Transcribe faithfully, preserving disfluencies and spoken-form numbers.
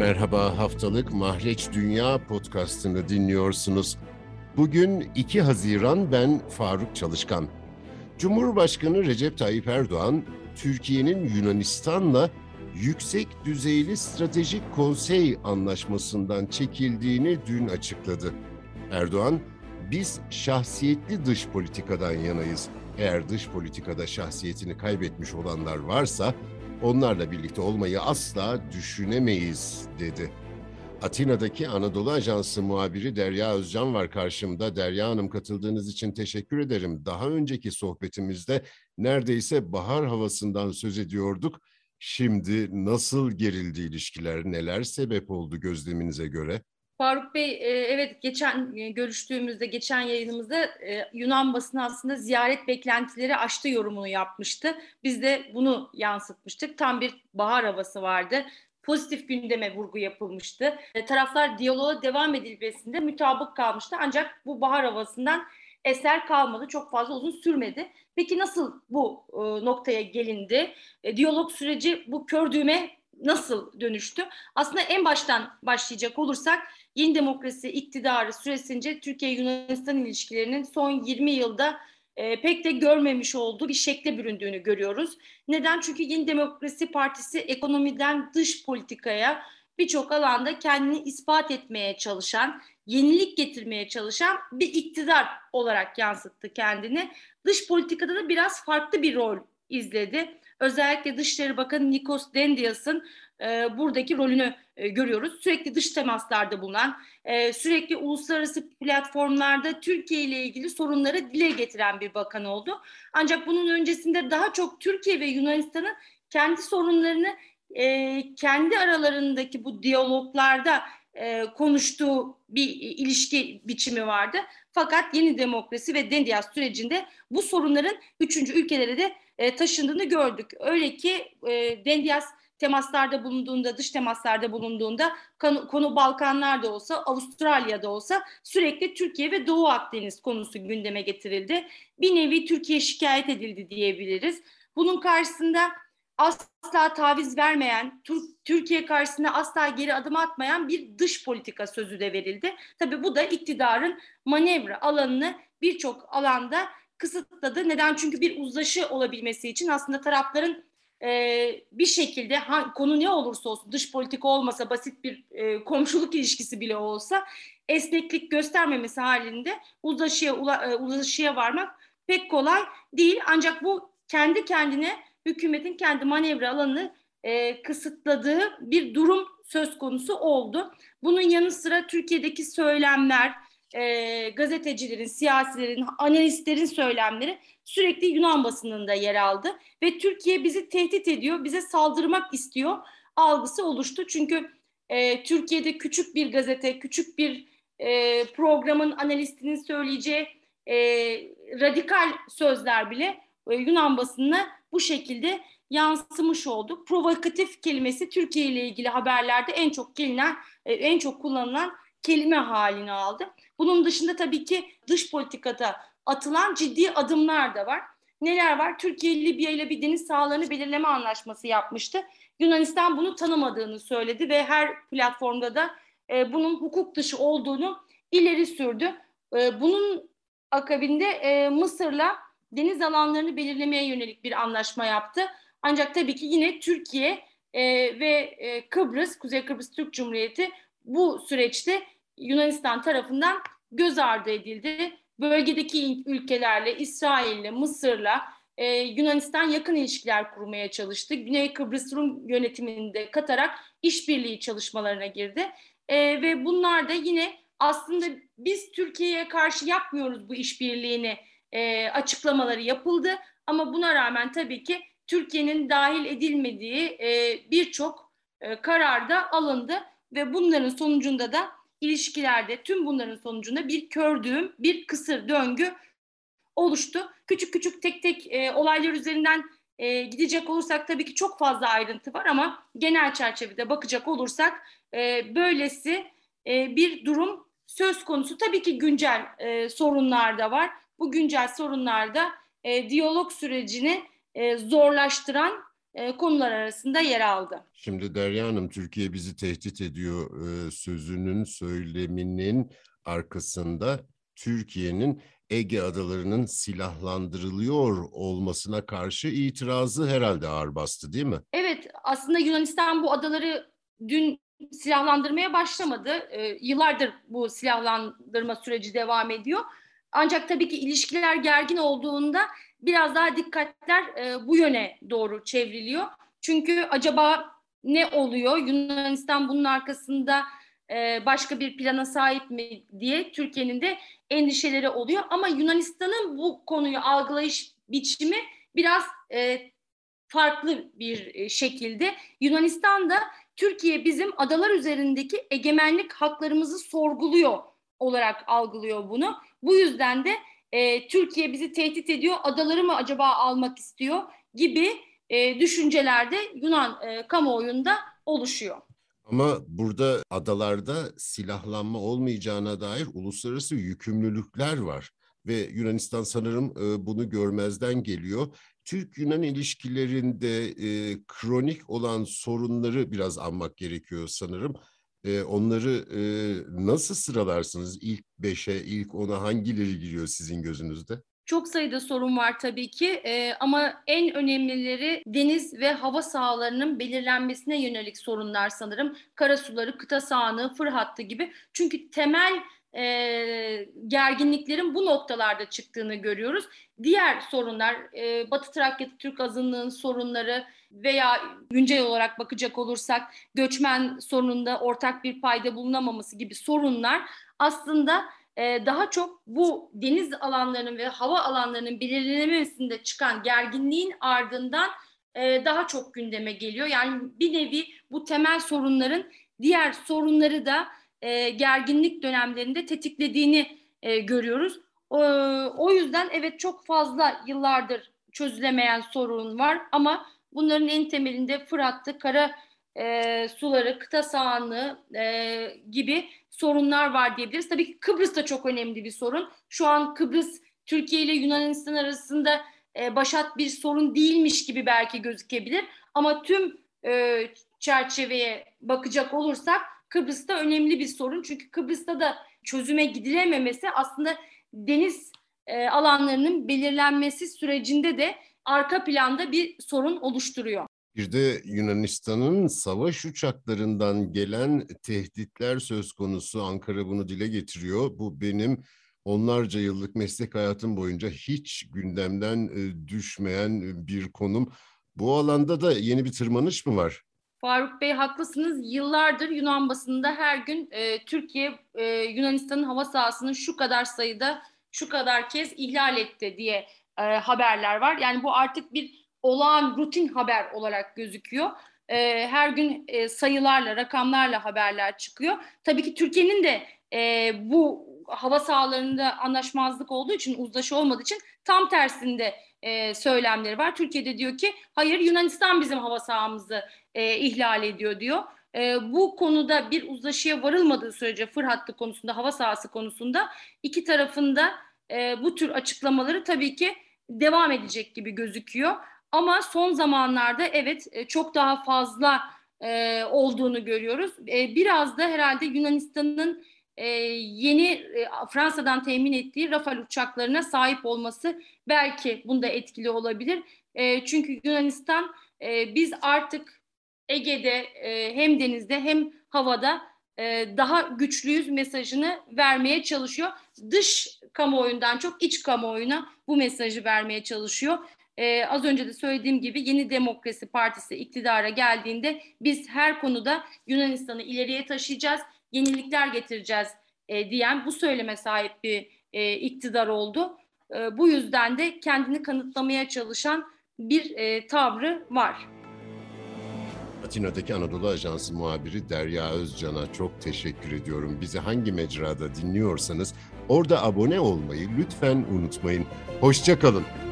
Merhaba, haftalık Mahreç Dünya podcastını dinliyorsunuz. Bugün iki Haziran, ben Faruk Çalışkan. Cumhurbaşkanı Recep Tayyip Erdoğan, Türkiye'nin Yunanistan'la yüksek düzeyli stratejik konsey anlaşmasından çekildiğini dün açıkladı. Erdoğan, biz şahsiyetli dış politikadan yanayız. Eğer dış politikada şahsiyetini kaybetmiş olanlar varsa, onlarla birlikte olmayı asla düşünemeyiz, dedi. Atina'daki Anadolu Ajansı muhabiri Derya Özcan var karşımda. Derya Hanım, katıldığınız için teşekkür ederim. Daha önceki sohbetimizde neredeyse bahar havasından söz ediyorduk. Şimdi nasıl gerildi ilişkiler, neler sebep oldu gözleminize göre? Faruk Bey, e, evet geçen e, görüştüğümüzde, geçen yayınımızda e, Yunan basını aslında ziyaret beklentileri aştı yorumunu yapmıştı. Biz de bunu yansıtmıştık. Tam bir bahar havası vardı. Pozitif gündeme vurgu yapılmıştı. E, taraflar diyaloğa devam edilmesinde mutabık kalmıştı. Ancak bu bahar havasından eser kalmadı. Çok fazla uzun sürmedi. Peki nasıl bu e, noktaya gelindi? E, diyalog süreci bu kör düğme nasıl dönüştü? Aslında en baştan başlayacak olursak, Yeni Demokrasi iktidarı süresince Türkiye-Yunanistan ilişkilerinin son yirmi yılda e, pek de görmemiş olduğu bir şekle büründüğünü görüyoruz. Neden? Çünkü Yeni Demokrasi Partisi ekonomiden dış politikaya birçok alanda kendini ispat etmeye çalışan, yenilik getirmeye çalışan bir iktidar olarak yansıttı kendini. Dış politikada da biraz farklı bir rol izledi. Özellikle Dışişleri Bakanı Nikos Dendias'ın e, buradaki rolünü e, görüyoruz. Sürekli dış temaslarda bulunan, e, sürekli uluslararası platformlarda Türkiye ile ilgili sorunları dile getiren bir bakan oldu. Ancak bunun öncesinde daha çok Türkiye ve Yunanistan'ın kendi sorunlarını e, kendi aralarındaki bu diyaloglarda e, konuştuğu bir ilişki biçimi vardı. Fakat Yeni Demokrasi ve Dendias sürecinde bu sorunların üçüncü ülkelere de e, taşındığını gördük. Öyle ki e, Dendias temaslarda bulunduğunda, dış temaslarda bulunduğunda konu, konu Balkanlar'da olsa, Avustralya'da olsa sürekli Türkiye ve Doğu Akdeniz konusu gündeme getirildi. Bir nevi Türkiye şikayet edildi diyebiliriz. Bunun karşısında asla taviz vermeyen, Türkiye karşısında asla geri adım atmayan bir dış politika sözü de verildi. Tabii bu da iktidarın manevra alanını birçok alanda kısıtladı. Neden? Çünkü bir uzlaşı olabilmesi için aslında tarafların e, bir şekilde ha, konu ne olursa olsun, dış politika olmasa, basit bir e, komşuluk ilişkisi bile olsa, esneklik göstermemesi halinde uzlaşıya, ula, e, uzlaşıya varmak pek kolay değil. Ancak bu kendi kendine hükümetin kendi manevra alanını e, kısıtladığı bir durum söz konusu oldu. Bunun yanı sıra Türkiye'deki söylemler, e, gazetecilerin, siyasilerin, analistlerin söylemleri sürekli Yunan basınında yer aldı ve Türkiye bizi tehdit ediyor, bize saldırmak istiyor algısı oluştu. Çünkü e, Türkiye'de küçük bir gazete, küçük bir e, programın analistinin söyleyeceği e, radikal sözler bile e, Yunan basınına bu şekilde yansımış oldu. Provokatif kelimesi Türkiye ile ilgili haberlerde en çok gelinen, e, en çok kullanılan kelime halini aldı. Bunun dışında tabii ki dış politikada atılan ciddi adımlar da var. Neler var? Türkiye Libya ile bir deniz sahalarını belirleme anlaşması yapmıştı. Yunanistan bunu tanımadığını söyledi ve her platformda da e, bunun hukuk dışı olduğunu ileri sürdü. E, bunun akabinde e, Mısır'la deniz alanlarını belirlemeye yönelik bir anlaşma yaptı. Ancak tabii ki yine Türkiye e, ve e, Kıbrıs, Kuzey Kıbrıs Türk Cumhuriyeti bu süreçte Yunanistan tarafından göz ardı edildi. Bölgedeki ülkelerle, İsrail'le, Mısır'la e, Yunanistan yakın ilişkiler kurmaya çalıştı. Güney Kıbrıs Rum yönetimini de katarak işbirliği çalışmalarına girdi. E, ve bunlar da yine aslında biz Türkiye'ye karşı yapmıyoruz bu işbirliğini e, açıklamaları yapıldı. Ama buna rağmen tabii ki Türkiye'nin dahil edilmediği e, birçok e, karar da alındı ve bunların sonucunda da ilişkilerde, tüm bunların sonucunda bir kör düğüm, bir kısır döngü oluştu. Küçük küçük tek tek e, olaylar üzerinden e, gidecek olursak tabii ki çok fazla ayrıntı var ama genel çerçevede bakacak olursak e, böylesi e, bir durum söz konusu. Tabii ki güncel e, sorunlar da var. Bu güncel sorunlarda e, diyalog sürecini e, zorlaştıran e, konular arasında yer aldı. Şimdi Derya Hanım, Türkiye bizi tehdit ediyor e, sözünün, söyleminin arkasında Türkiye'nin Ege adalarının silahlandırılıyor olmasına karşı itirazı herhalde ağır bastı, değil mi? Evet, aslında Yunanistan bu adaları dün silahlandırmaya başlamadı. E, yıllardır bu silahlandırma süreci devam ediyor. Ancak tabii ki ilişkiler gergin olduğunda biraz daha dikkatler e, bu yöne doğru çevriliyor. Çünkü acaba ne oluyor? Yunanistan bunun arkasında e, başka bir plana sahip mi diye Türkiye'nin de endişeleri oluyor. Ama Yunanistan'ın bu konuyu algılayış biçimi biraz e, farklı bir şekilde. Yunanistan'da Türkiye bizim adalar üzerindeki egemenlik haklarımızı sorguluyor olarak algılıyor bunu. Bu yüzden de e, Türkiye bizi tehdit ediyor, adaları mı acaba almak istiyor gibi e, düşüncelerde Yunan e, kamuoyunda oluşuyor. Ama burada adalarda silahlanma olmayacağına dair uluslararası yükümlülükler var ve Yunanistan sanırım e, bunu görmezden geliyor. Türk-Yunan ilişkilerinde e, kronik olan sorunları biraz anmak gerekiyor sanırım. E, onları e, nasıl sıralarsınız? İlk beşe, ilk ona hangileri giriyor sizin gözünüzde? Çok sayıda sorun var tabii ki ee, ama en önemlileri deniz ve hava sahalarının belirlenmesine yönelik sorunlar sanırım. Karasuları, kıta sahanlığı, fır hattı gibi. Çünkü temel e, gerginliklerin bu noktalarda çıktığını görüyoruz. Diğer sorunlar, e, Batı Trakya'da Türk azınlığın sorunları veya güncel olarak bakacak olursak göçmen sorununda ortak bir payda bulunamaması gibi sorunlar aslında daha çok bu deniz alanlarının ve hava alanlarının belirlenememesinde çıkan gerginliğin ardından daha çok gündeme geliyor. Yani bir nevi bu temel sorunların diğer sorunları da gerginlik dönemlerinde tetiklediğini görüyoruz. O yüzden evet, çok fazla yıllardır çözülemeyen sorun var ama bunların en temelinde Fırat'tı, kara e, suları, kıta sahanlığı e, gibi sorunlar var diyebiliriz. Tabii ki Kıbrıs da çok önemli bir sorun. Şu an Kıbrıs Türkiye ile Yunanistan arasında e, başat bir sorun değilmiş gibi belki gözükebilir. Ama tüm e, çerçeveye bakacak olursak Kıbrıs'ta önemli bir sorun. Çünkü Kıbrıs'ta da çözüme gidilememesi aslında deniz e, alanlarının belirlenmesi sürecinde de arka planda bir sorun oluşturuyor. Bir de Yunanistan'ın savaş uçaklarından gelen tehditler söz konusu. Ankara bunu dile getiriyor. Bu benim onlarca yıllık meslek hayatım boyunca hiç gündemden düşmeyen bir konum. Bu alanda da yeni bir tırmanış mı var? Faruk Bey, haklısınız. Yıllardır Yunan basınında her gün e, Türkiye e, Yunanistan'ın hava sahasını şu kadar sayıda, şu kadar kez ihlal etti diye e, haberler var. Yani bu artık bir olağan rutin haber olarak gözüküyor. E, her gün e, sayılarla, rakamlarla haberler çıkıyor. Tabii ki Türkiye'nin de e, bu hava sahalarında anlaşmazlık olduğu için, uzlaşı olmadığı için tam tersinde e, söylemleri var. Türkiye'de diyor ki hayır, Yunanistan bizim hava sahamızı e, ihlal ediyor diyor. E, bu konuda bir uzlaşıya varılmadığı sürece fır hattı konusunda, hava sahası konusunda iki tarafında e, bu tür açıklamaları tabii ki devam edecek gibi gözüküyor. Ama son zamanlarda evet e, çok daha fazla e, olduğunu görüyoruz. E, biraz da herhalde Yunanistan'ın e, yeni e, Fransa'dan temin ettiği Rafale uçaklarına sahip olması belki bunda etkili olabilir. E, çünkü Yunanistan e, biz artık Ege'de e, hem denizde hem havada e, daha güçlüyüz mesajını vermeye çalışıyor. Dış kamuoyundan çok iç kamuoyuna bu mesajı vermeye çalışıyor. Ee, az önce de söylediğim gibi Yeni Demokrasi Partisi iktidara geldiğinde biz her konuda Yunanistan'ı ileriye taşıyacağız, yenilikler getireceğiz e, diyen bu söyleme sahip bir e, iktidar oldu. E, bu yüzden de kendini kanıtlamaya çalışan bir e, tavrı var. Atina'daki Anadolu Ajansı muhabiri Derya Özcan'a çok teşekkür ediyorum. Bizi hangi mecrada dinliyorsanız orada abone olmayı lütfen unutmayın. Hoşça kalın.